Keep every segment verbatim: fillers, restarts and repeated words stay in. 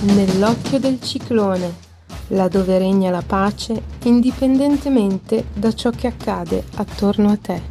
Nell'occhio del ciclone, laddove regna la pace, indipendentemente da ciò che accade attorno a te.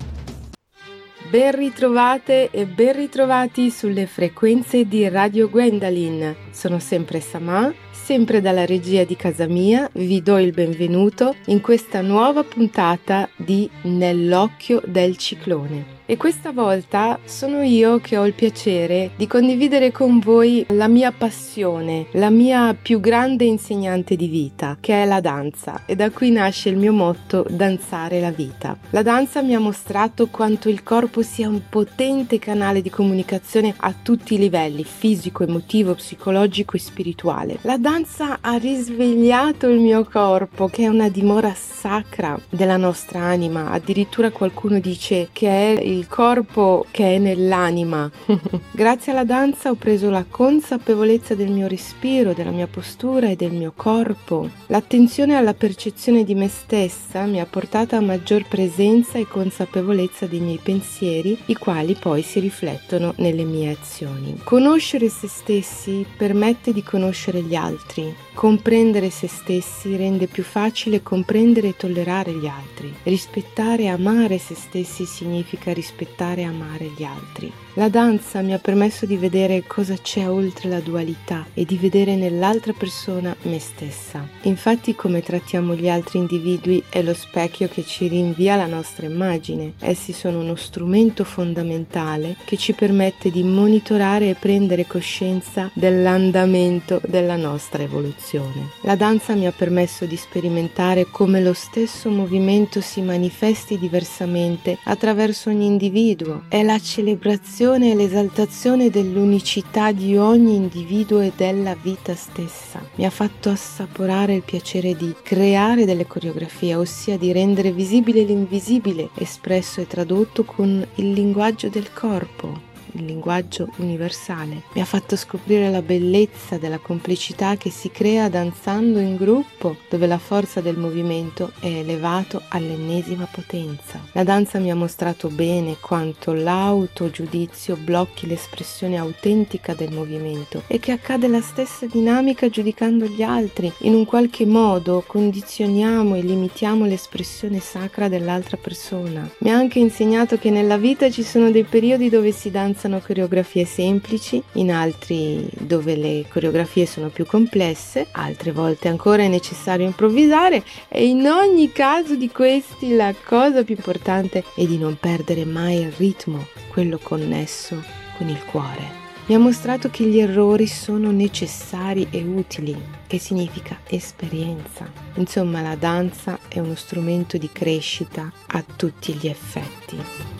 Ben ritrovate e ben ritrovati sulle frequenze di Radio Gwendalin. Sono sempre Samà, sempre dalla regia di casa mia, vi do il benvenuto in questa nuova puntata di Nell'occhio del ciclone. E questa volta sono io che ho il piacere di condividere con voi la mia passione, la mia più grande insegnante di vita, che è la danza, e da qui nasce il mio motto: danzare la vita. La danza mi ha mostrato quanto il corpo sia un potente canale di comunicazione a tutti i livelli, fisico, emotivo, psicologico e spirituale. La danza ha risvegliato il mio corpo, che è una dimora sacra della nostra anima. Addirittura qualcuno dice che è il corpo che è nell'anima. Grazie alla danza ho preso la consapevolezza del mio respiro, della mia postura e del mio corpo. L'attenzione alla percezione di me stessa mi ha portata a maggior presenza e consapevolezza dei miei pensieri, i quali poi si riflettono nelle mie azioni. Conoscere se stessi permette di conoscere gli altri. Comprendere se stessi rende più facile comprendere e tollerare gli altri. Rispettare e amare se stessi significa rispettare e amare gli altri. La danza mi ha permesso di vedere cosa c'è oltre la dualità e di vedere nell'altra persona me stessa. Infatti, come trattiamo gli altri individui è lo specchio che ci rinvia la nostra immagine. Essi sono uno strumento fondamentale che ci permette di monitorare e prendere coscienza dell'andamento della nostra evoluzione. La danza mi ha permesso di sperimentare come lo stesso movimento si manifesti diversamente attraverso ogni individuo. È la celebrazione e l'esaltazione dell'unicità di ogni individuo e della vita stessa. Mi ha fatto assaporare il piacere di creare delle coreografie, ossia di rendere visibile l'invisibile, espresso e tradotto con il linguaggio del corpo, il linguaggio universale. Mi ha fatto scoprire la bellezza della complicità che si crea danzando in gruppo, dove la forza del movimento è elevato all'ennesima potenza. La danza mi ha mostrato bene quanto l'autogiudizio blocchi l'espressione autentica del movimento e che accade la stessa dinamica giudicando gli altri. In un qualche modo condizioniamo e limitiamo l'espressione sacra dell'altra persona. Mi ha anche insegnato che nella vita ci sono dei periodi dove si danza coreografie semplici, in altri dove le coreografie sono più complesse, altre volte ancora è necessario improvvisare, e in ogni caso di questi la cosa più importante è di non perdere mai il ritmo, quello connesso con il cuore. Mi ha mostrato che gli errori sono necessari e utili, che significa esperienza. Insomma, la danza è uno strumento di crescita a tutti gli effetti.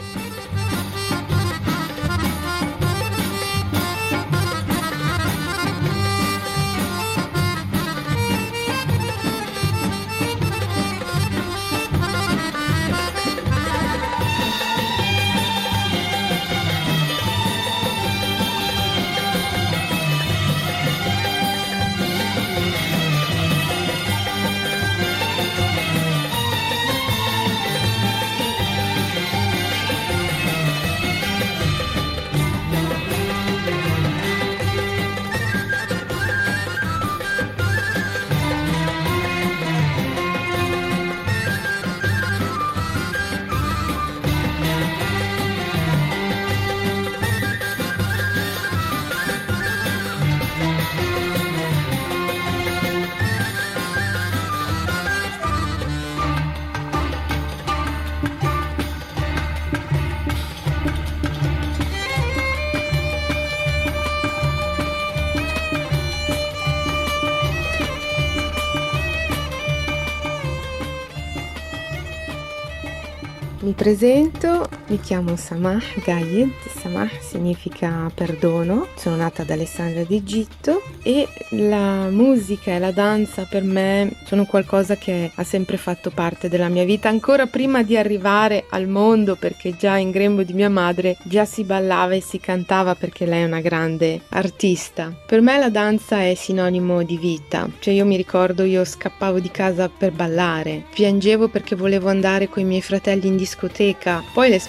Mi presento, mi chiamo Samah Gayed. Samah significa perdono. Sono nata ad Alessandria d'Egitto e la musica e la danza per me sono qualcosa che ha sempre fatto parte della mia vita, ancora prima di arrivare al mondo, perché già in grembo di mia madre già si ballava e si cantava, perché lei è una grande artista. Per me la danza è sinonimo di vita, cioè io mi ricordo io scappavo di casa per ballare, piangevo perché volevo andare con i miei fratelli in discoteca, poi l'esperienza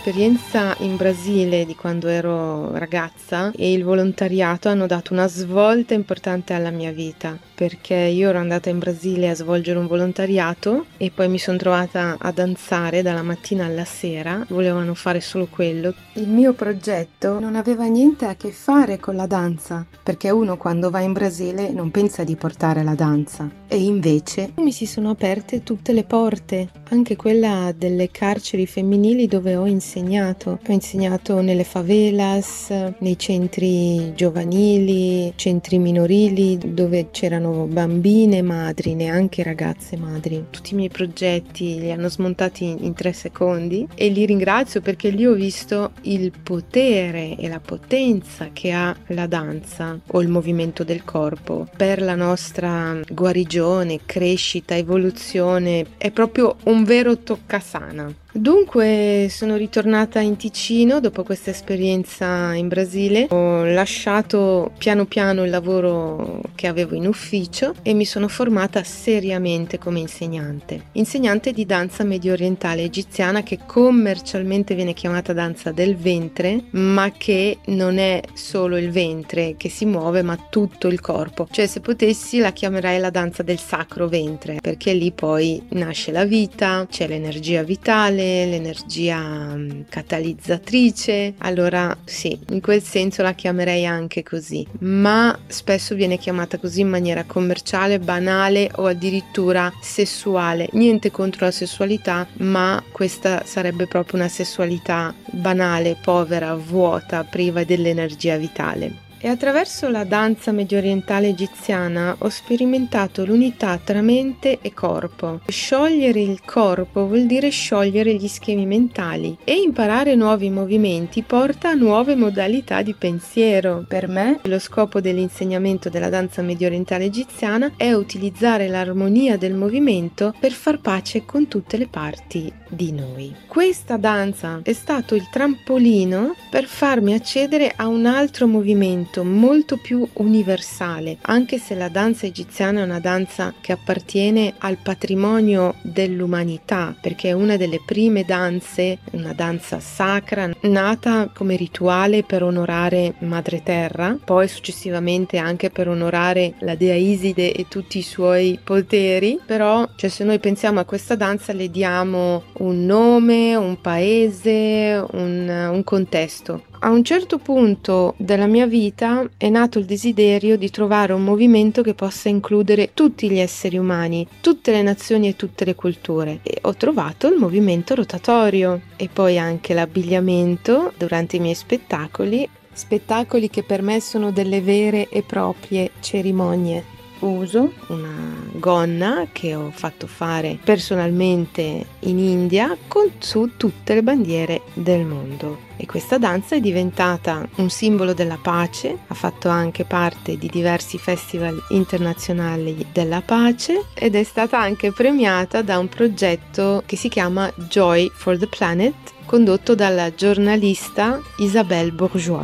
l'esperienza in Brasile di quando ero ragazza e il volontariato hanno dato una svolta importante alla mia vita, perché io ero andata in Brasile a svolgere un volontariato e poi mi sono trovata a danzare dalla mattina alla sera, volevano fare solo quello. Il mio progetto non aveva niente a che fare con la danza, perché uno quando va in Brasile non pensa di portare la danza, e invece mi si sono aperte tutte le porte, anche quella delle carceri femminili dove ho insegnato. Ho insegnato nelle favelas, nei centri giovanili, centri minorili dove c'erano bambine madri, neanche ragazze madri. Tutti i miei progetti li hanno smontati in tre secondi e li ringrazio perché lì ho visto il potere e la potenza che ha la danza o il movimento del corpo per la nostra guarigione, crescita, evoluzione. È proprio un vero toccasana. Dunque sono ritornata in Ticino dopo questa esperienza in Brasile, ho lasciato piano piano il lavoro che avevo in ufficio e mi sono formata seriamente come insegnante, insegnante di danza medio orientale egiziana, che commercialmente viene chiamata danza del ventre, ma che non è solo il ventre che si muove ma tutto il corpo, cioè se potessi la chiamerei la danza del sacro ventre, perché lì poi nasce la vita, c'è l'energia vitale, l'energia catalizzatrice. Allora sì, in quel senso la chiamerei anche così, ma spesso viene chiamata così in maniera commerciale, banale o addirittura sessuale. Niente contro la sessualità, ma questa sarebbe proprio una sessualità banale, povera, vuota, priva dell'energia vitale. E attraverso la danza medio orientale egiziana ho sperimentato l'unità tra mente e corpo. Sciogliere il corpo vuol dire sciogliere gli schemi mentali e imparare nuovi movimenti porta a nuove modalità di pensiero. Per me, lo scopo dell'insegnamento della danza medio orientale egiziana è utilizzare l'armonia del movimento per far pace con tutte le parti di noi. Questa danza è stato il trampolino per farmi accedere a un altro movimento molto più universale, anche se la danza egiziana è una danza che appartiene al patrimonio dell'umanità, perché è una delle prime danze, una danza sacra, nata come rituale per onorare Madre Terra, poi successivamente anche per onorare la dea Iside e tutti i suoi poteri. Però, cioè, se noi pensiamo a questa danza le diamo un nome, un paese, un, un contesto. A un certo punto della mia vita è nato il desiderio di trovare un movimento che possa includere tutti gli esseri umani, tutte le nazioni e tutte le culture, e ho trovato il movimento rotatorio e poi anche l'abbigliamento durante i miei spettacoli, spettacoli che per me sono delle vere e proprie cerimonie. Uso una gonna che ho fatto fare personalmente in India con su tutte le bandiere del mondo, e questa danza è diventata un simbolo della pace, ha fatto anche parte di diversi festival internazionali della pace ed è stata anche premiata da un progetto che si chiama Joy for the Planet, condotto dalla giornalista Isabelle Bourgeois.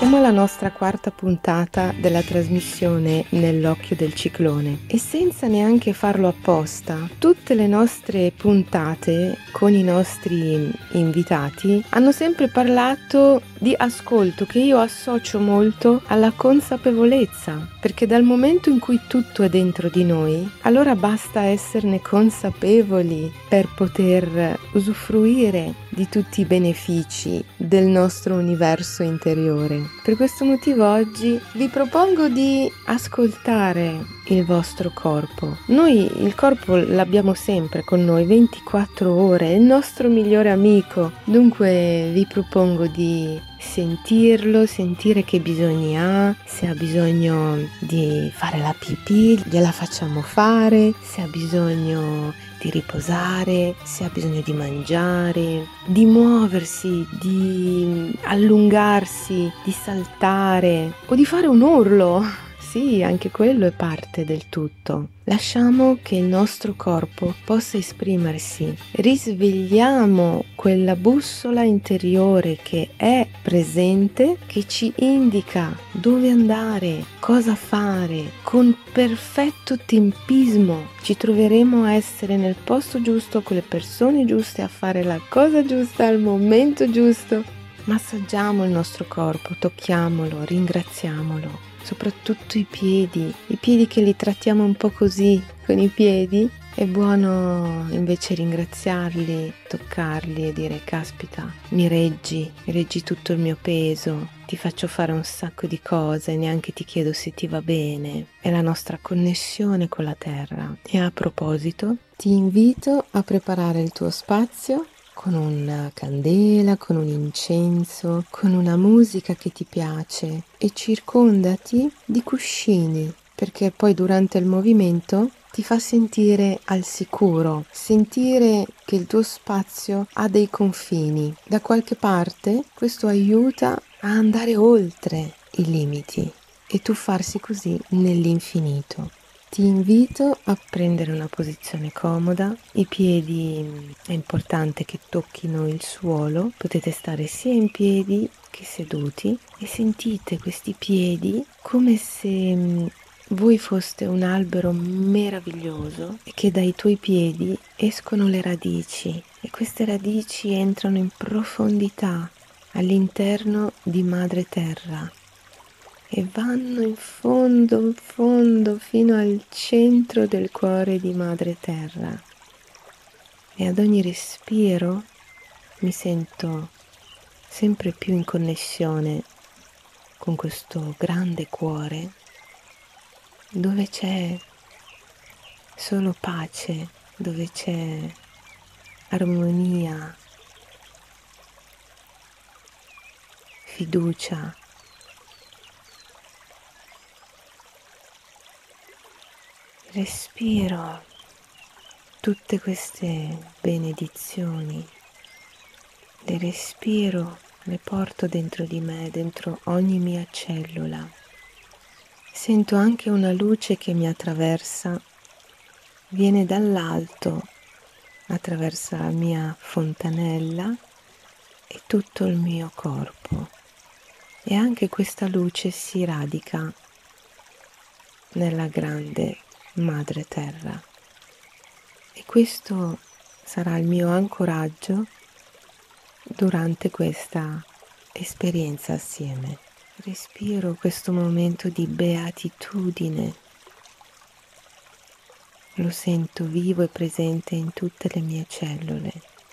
Siamo alla nostra quarta puntata della trasmissione Nell'occhio del ciclone e senza neanche farlo apposta, tutte le nostre puntate con i nostri invitati hanno sempre parlato di ascolto, che io associo molto alla consapevolezza, perché dal momento in cui tutto è dentro di noi, allora basta esserne consapevoli per poter usufruire di tutti i benefici del nostro universo interiore. Per questo motivo oggi vi propongo di ascoltare il vostro corpo. Noi il corpo l'abbiamo sempre con noi, ventiquattro ore, è il nostro migliore amico. Dunque vi propongo di sentirlo, sentire che bisogni ha, se ha bisogno di fare la pipì, gliela facciamo fare, se ha bisogno di riposare, se ha bisogno di mangiare, di muoversi, di allungarsi, di saltare o di fare un urlo. Sì, anche quello è parte del tutto. Lasciamo che il nostro corpo possa esprimersi. Risvegliamo quella bussola interiore che è presente, che ci indica dove andare, cosa fare. Con perfetto tempismo ci troveremo a essere nel posto giusto, con le persone giuste, a fare la cosa giusta al momento giusto. Massaggiamo il nostro corpo, tocchiamolo, ringraziamolo. Soprattutto i piedi, i piedi che li trattiamo un po' così, con i piedi, è buono invece ringraziarli, toccarli e dire caspita, mi reggi, mi reggi tutto il mio peso, ti faccio fare un sacco di cose, neanche ti chiedo se ti va bene, è la nostra connessione con la terra. E a proposito, ti invito a preparare il tuo spazio con una candela, con un incenso, con una musica che ti piace e circondati di cuscini, perché poi durante il movimento ti fa sentire al sicuro, sentire che il tuo spazio ha dei confini. Da qualche parte questo aiuta a andare oltre i limiti e tuffarsi così nell'infinito. Ti invito a prendere una posizione comoda, i piedi è importante che tocchino il suolo, potete stare sia in piedi che seduti e sentite questi piedi come se voi foste un albero meraviglioso e che dai tuoi piedi escono le radici e queste radici entrano in profondità all'interno di Madre Terra e vanno in fondo, in fondo, fino al centro del cuore di Madre Terra. E ad ogni respiro mi sento sempre più in connessione con questo grande cuore, dove c'è solo pace, dove c'è armonia, fiducia. Respiro tutte queste benedizioni, le respiro, le porto dentro di me, dentro ogni mia cellula. Sento anche una luce che mi attraversa, viene dall'alto, attraversa la mia fontanella e tutto il mio corpo. E anche questa luce si radica nella grande Madre Terra. E questo sarà il mio ancoraggio durante questa esperienza assieme. Respiro questo momento di beatitudine. Lo sento vivo e presente in tutte le mie cellule.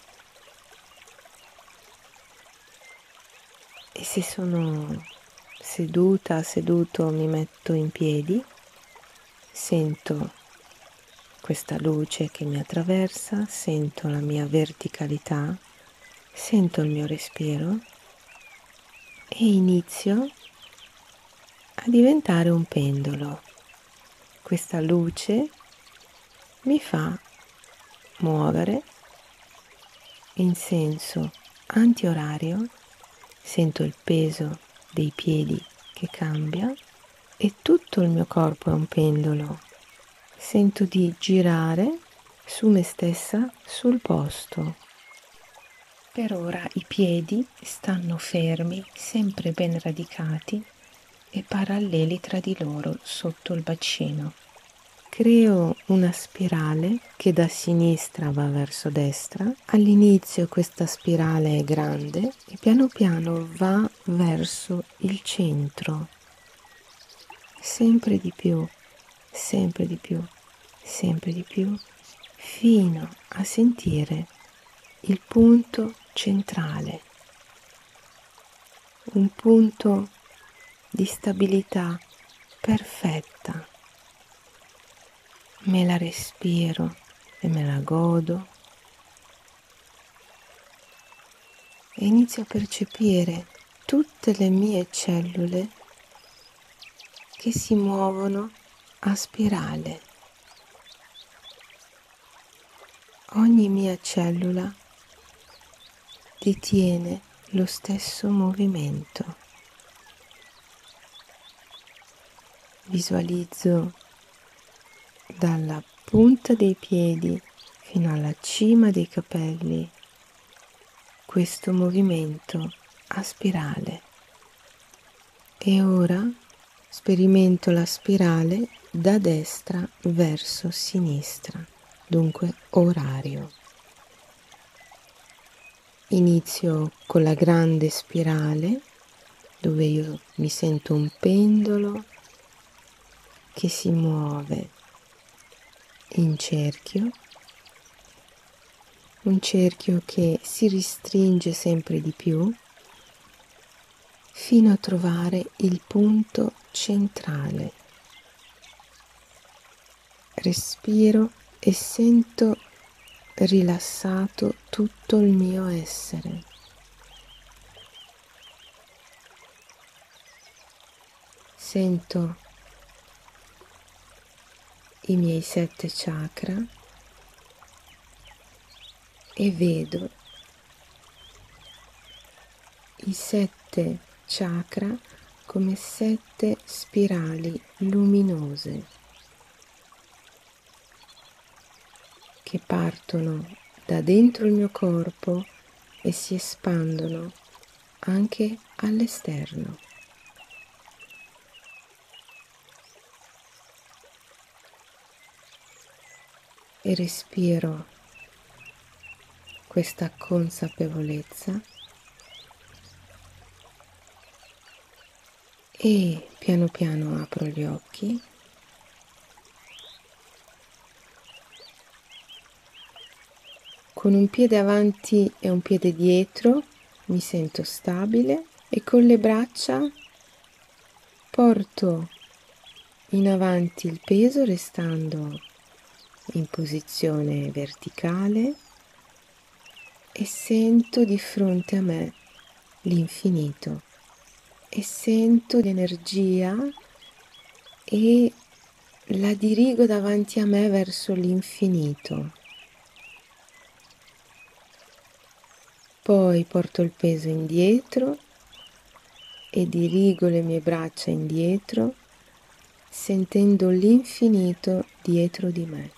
E se sono seduta, seduto, mi metto in piedi, sento questa luce che mi attraversa, sento la mia verticalità, sento il mio respiro e inizio a diventare un pendolo. Questa luce mi fa muovere in senso antiorario, sento il peso dei piedi che cambia e tutto il mio corpo è un pendolo. Sento di girare su me stessa, sul posto. Per ora i piedi stanno fermi, sempre ben radicati e paralleli tra di loro sotto il bacino. Creo una spirale che da sinistra va verso destra. All'inizio questa spirale è grande e piano piano va verso il centro, sempre di più, sempre di più, sempre di più, fino a sentire il punto centrale, un punto di stabilità perfetta. Me la respiro e me la godo e inizio a percepire tutte le mie cellule che si muovono a spirale. Ogni mia cellula detiene lo stesso movimento. Visualizzo dalla punta dei piedi fino alla cima dei capelli questo movimento a spirale. E ora sperimento la spirale da destra verso sinistra, dunque orario. Inizio con la grande spirale dove io mi sento un pendolo che si muove in cerchio, un cerchio che si ristringe sempre di più fino a trovare il punto centrale. Respiro e sento rilassato tutto il mio essere. Sento i miei sette chakra e vedo i sette chakra come sette spirali luminose che partono da dentro il mio corpo e si espandono anche all'esterno. E respiro questa consapevolezza e piano piano apro gli occhi con un piede avanti e un piede dietro, mi sento stabile e con le braccia porto in avanti il peso restando in posizione verticale e sento di fronte a me l'infinito e sento l'energia e la dirigo davanti a me verso l'infinito. Poi porto il peso indietro e dirigo le mie braccia indietro, sentendo l'infinito dietro di me.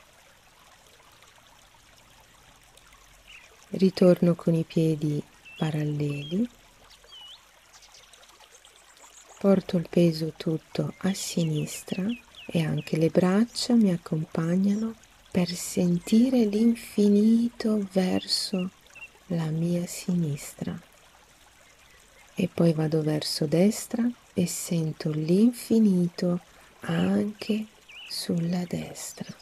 Ritorno con i piedi paralleli, porto il peso tutto a sinistra e anche le braccia mi accompagnano per sentire l'infinito verso la mia sinistra. E poi vado verso destra e sento l'infinito anche sulla destra.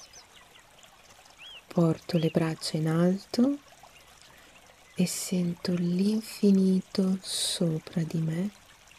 Porto le braccia in alto e sento l'infinito sopra di me.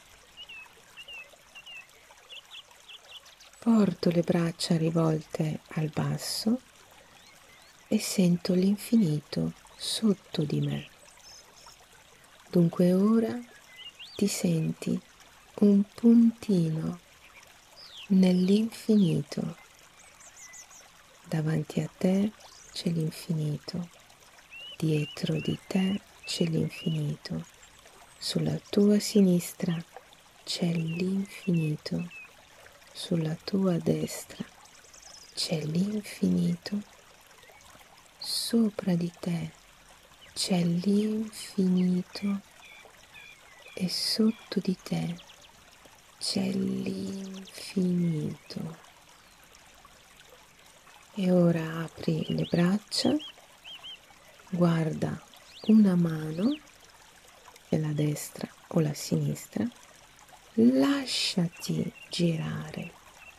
Porto le braccia rivolte al basso e sento l'infinito sotto di me. Dunque ora ti senti un puntino nell'infinito. Davanti a te c'è l'infinito, dietro di te c'è l'infinito, sulla tua sinistra c'è l'infinito, sulla tua destra c'è l'infinito, sopra di te c'è l'infinito e sotto di te c'è l'infinito. E ora apri le braccia, guarda una mano, è la destra o la sinistra, lasciati girare,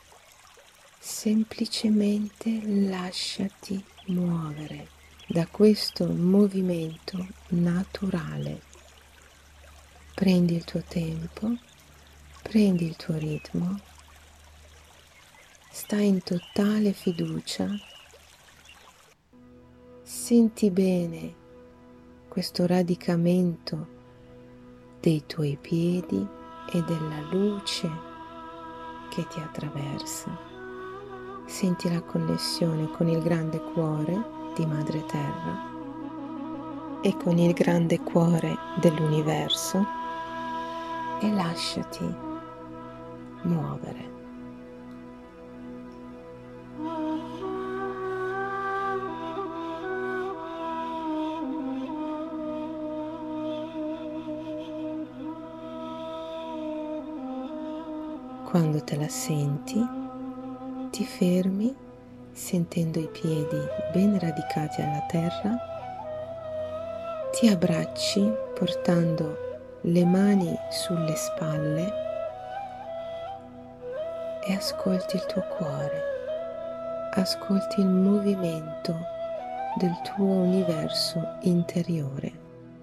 semplicemente lasciati muovere da questo movimento naturale. Prendi il tuo tempo, prendi il tuo ritmo, stai in totale fiducia, senti bene questo radicamento dei tuoi piedi e della luce che ti attraversa. Senti la connessione con il grande cuore di Madre Terra e con il grande cuore dell'universo e lasciati muovere. Quando te la senti, ti fermi sentendo i piedi ben radicati alla terra, ti abbracci portando le mani sulle spalle e ascolti il tuo cuore, ascolti il movimento del tuo universo interiore.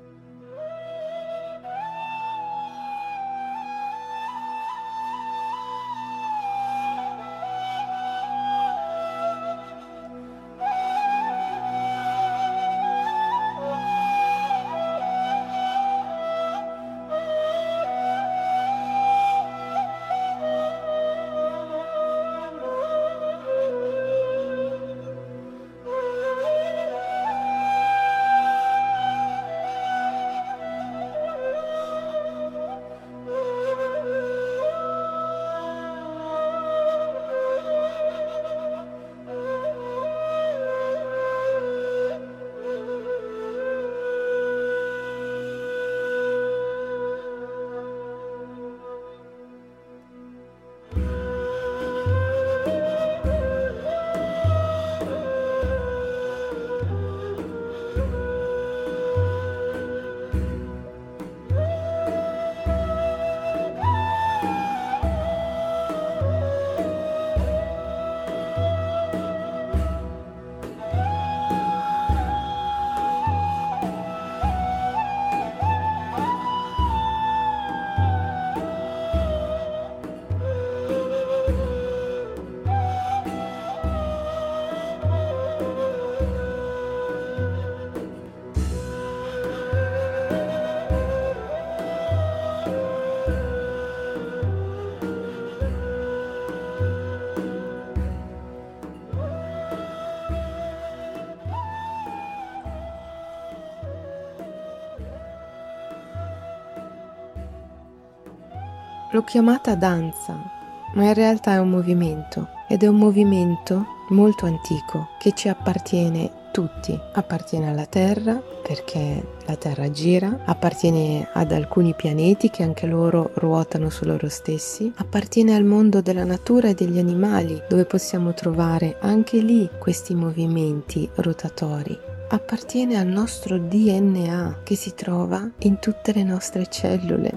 L'ho chiamata danza, ma in realtà è un movimento, ed è un movimento molto antico che ci appartiene tutti. Appartiene alla Terra, perché la Terra gira, appartiene ad alcuni pianeti che anche loro ruotano su loro stessi, appartiene al mondo della natura e degli animali, dove possiamo trovare anche lì questi movimenti rotatori. Appartiene al nostro D N A che si trova in tutte le nostre cellule.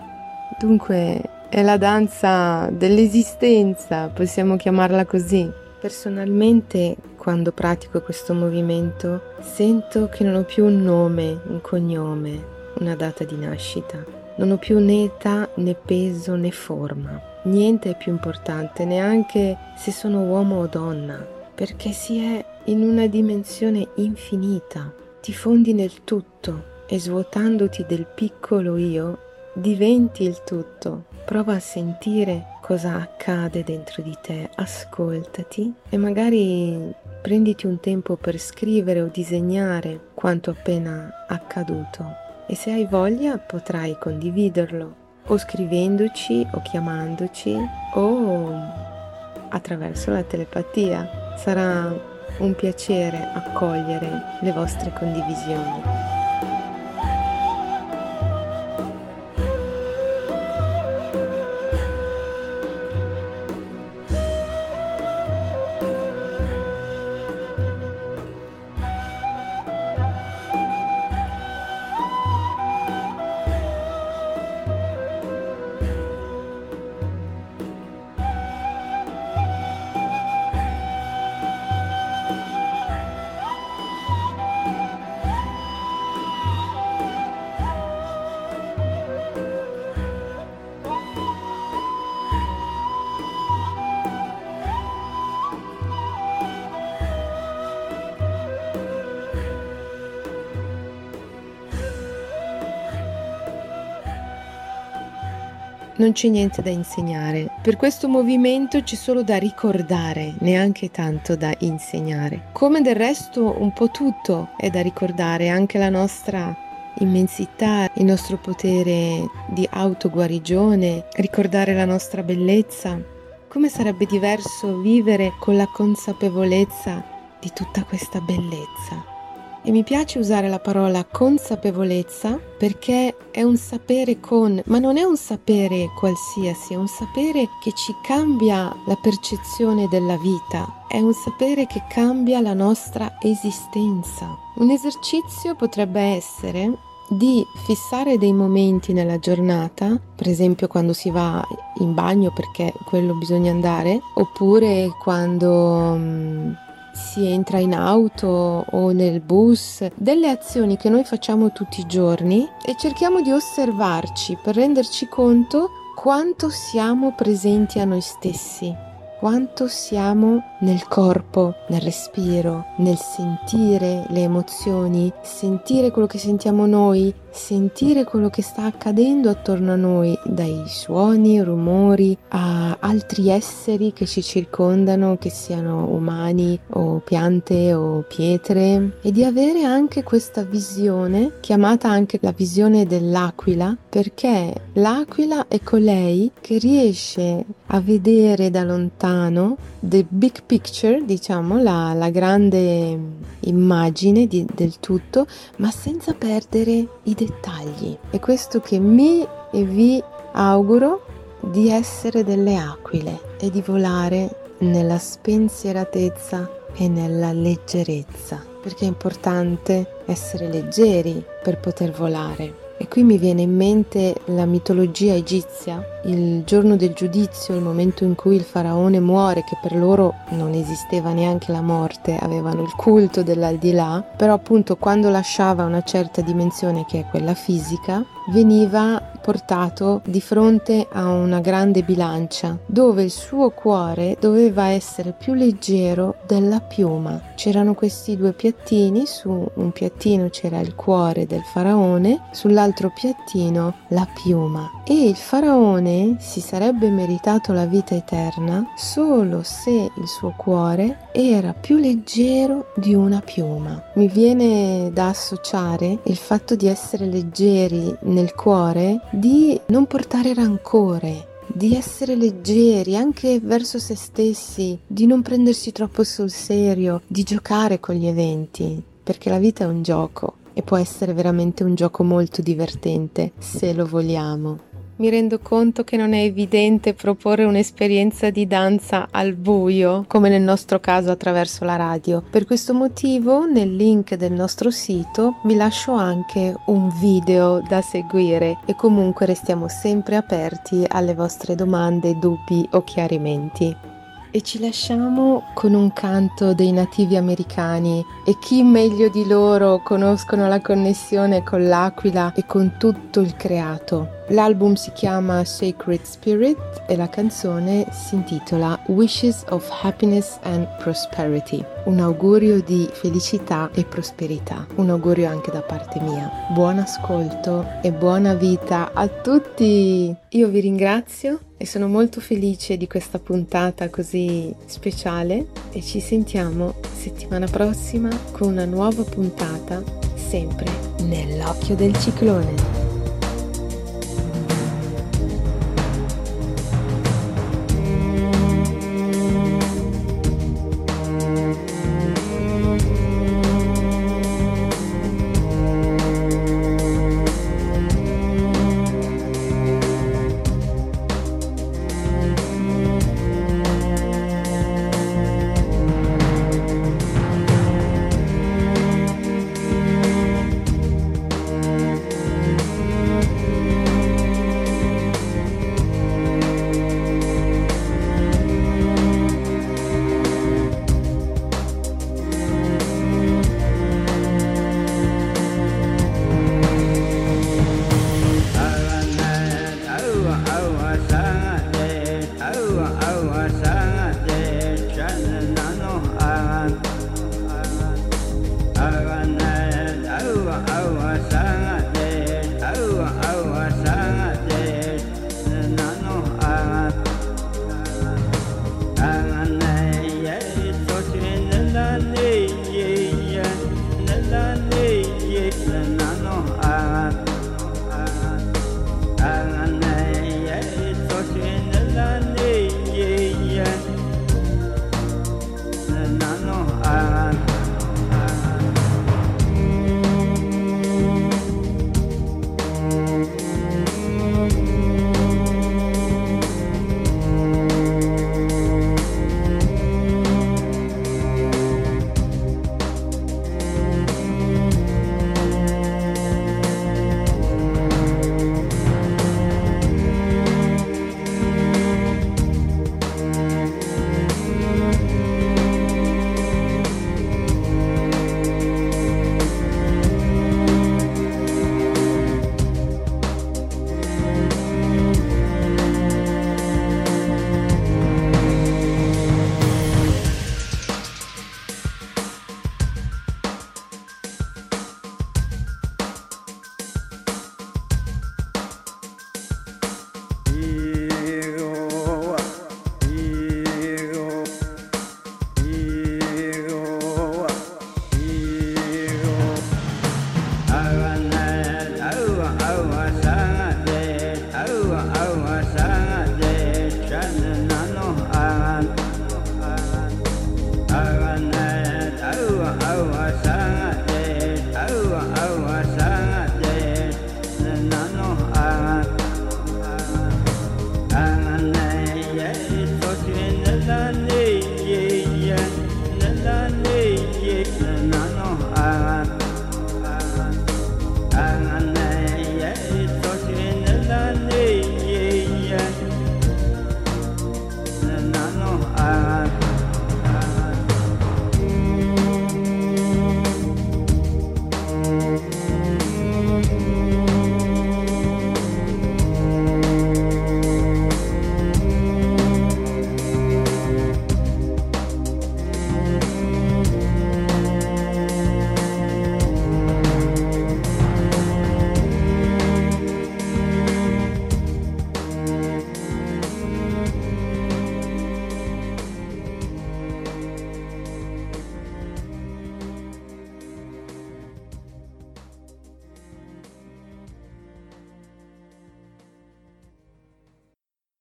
Dunque è la danza dell'esistenza, possiamo chiamarla così. Personalmente, quando pratico questo movimento, sento che non ho più un nome, un cognome, una data di nascita. Non ho più né età, né peso, né forma. Niente è più importante, neanche se sono uomo o donna, perché si è in una dimensione infinita. Ti fondi nel tutto e svuotandoti del piccolo io, diventi il tutto. Prova a sentire cosa accade dentro di te, ascoltati e magari prenditi un tempo per scrivere o disegnare quanto appena accaduto. E se hai voglia potrai condividerlo o scrivendoci o chiamandoci o attraverso la telepatia. Sarà un piacere accogliere le vostre condivisioni. non c'è niente da insegnare. Per questo movimento c'è solo da ricordare, neanche tanto da insegnare. Come del resto un po' tutto è da ricordare, anche la nostra immensità, il nostro potere di autoguarigione, ricordare la nostra bellezza. Come sarebbe diverso vivere con la consapevolezza di tutta questa bellezza? E mi piace usare la parola consapevolezza perché è un sapere con, ma non è un sapere qualsiasi, è un sapere che ci cambia la percezione della vita, è un sapere che cambia la nostra esistenza. Un esercizio potrebbe essere di fissare dei momenti nella giornata, per esempio quando si va in bagno perché quello bisogna andare, oppure quando um, si entra in auto o nel bus, delle azioni che noi facciamo tutti i giorni e cerchiamo di osservarci per renderci conto quanto siamo presenti a noi stessi. Quanto siamo nel corpo, nel respiro, nel sentire le emozioni, sentire quello che sentiamo noi, sentire quello che sta accadendo attorno a noi, dai suoni, rumori, a altri esseri che ci circondano, che siano umani o piante o pietre, e di avere anche questa visione, chiamata anche la visione dell'aquila, perché l'aquila è colei che riesce a vedere da lontano the big picture, diciamo, la, la grande immagine di, del tutto, ma senza perdere i dettagli. È questo che mi e vi auguro, di essere delle aquile e di volare nella spensieratezza e nella leggerezza, perché è importante essere leggeri per poter volare. E qui mi viene in mente la mitologia egizia, il giorno del giudizio, il momento in cui il faraone muore, che per loro non esisteva neanche la morte, avevano il culto dell'aldilà, però appunto quando lasciava una certa dimensione, che è quella fisica, veniva portato di fronte a una grande bilancia, dove il suo cuore doveva essere più leggero della piuma. C'erano questi due piattini, su un piattino c'era il cuore del faraone, sull'altro piattino la piuma, e il faraone si sarebbe meritato la vita eterna solo se il suo cuore era più leggero di una piuma. Mi viene da associare il fatto di essere leggeri nel cuore, di non portare rancore, di essere leggeri anche verso se stessi, di non prendersi troppo sul serio, di giocare con gli eventi, perché la vita è un gioco e può essere veramente un gioco molto divertente se lo vogliamo. Mi rendo conto che non è evidente proporre un'esperienza di danza al buio, come nel nostro caso attraverso la radio. Per questo motivo, nel link del nostro sito vi lascio anche un video da seguire, e comunque restiamo sempre aperti alle vostre domande, dubbi o chiarimenti. E ci lasciamo con un canto dei nativi americani, e chi meglio di loro conoscono la connessione con l'aquila e con tutto il creato. L'album si chiama Sacred Spirit e la canzone si intitola Wishes of Happiness and Prosperity. Un augurio di felicità e prosperità, un augurio anche da parte mia. Buon ascolto e buona vita a tutti! Io vi ringrazio e sono molto felice di questa puntata così speciale, e ci sentiamo settimana prossima con una nuova puntata, sempre nell'occhio del ciclone. oh, oh,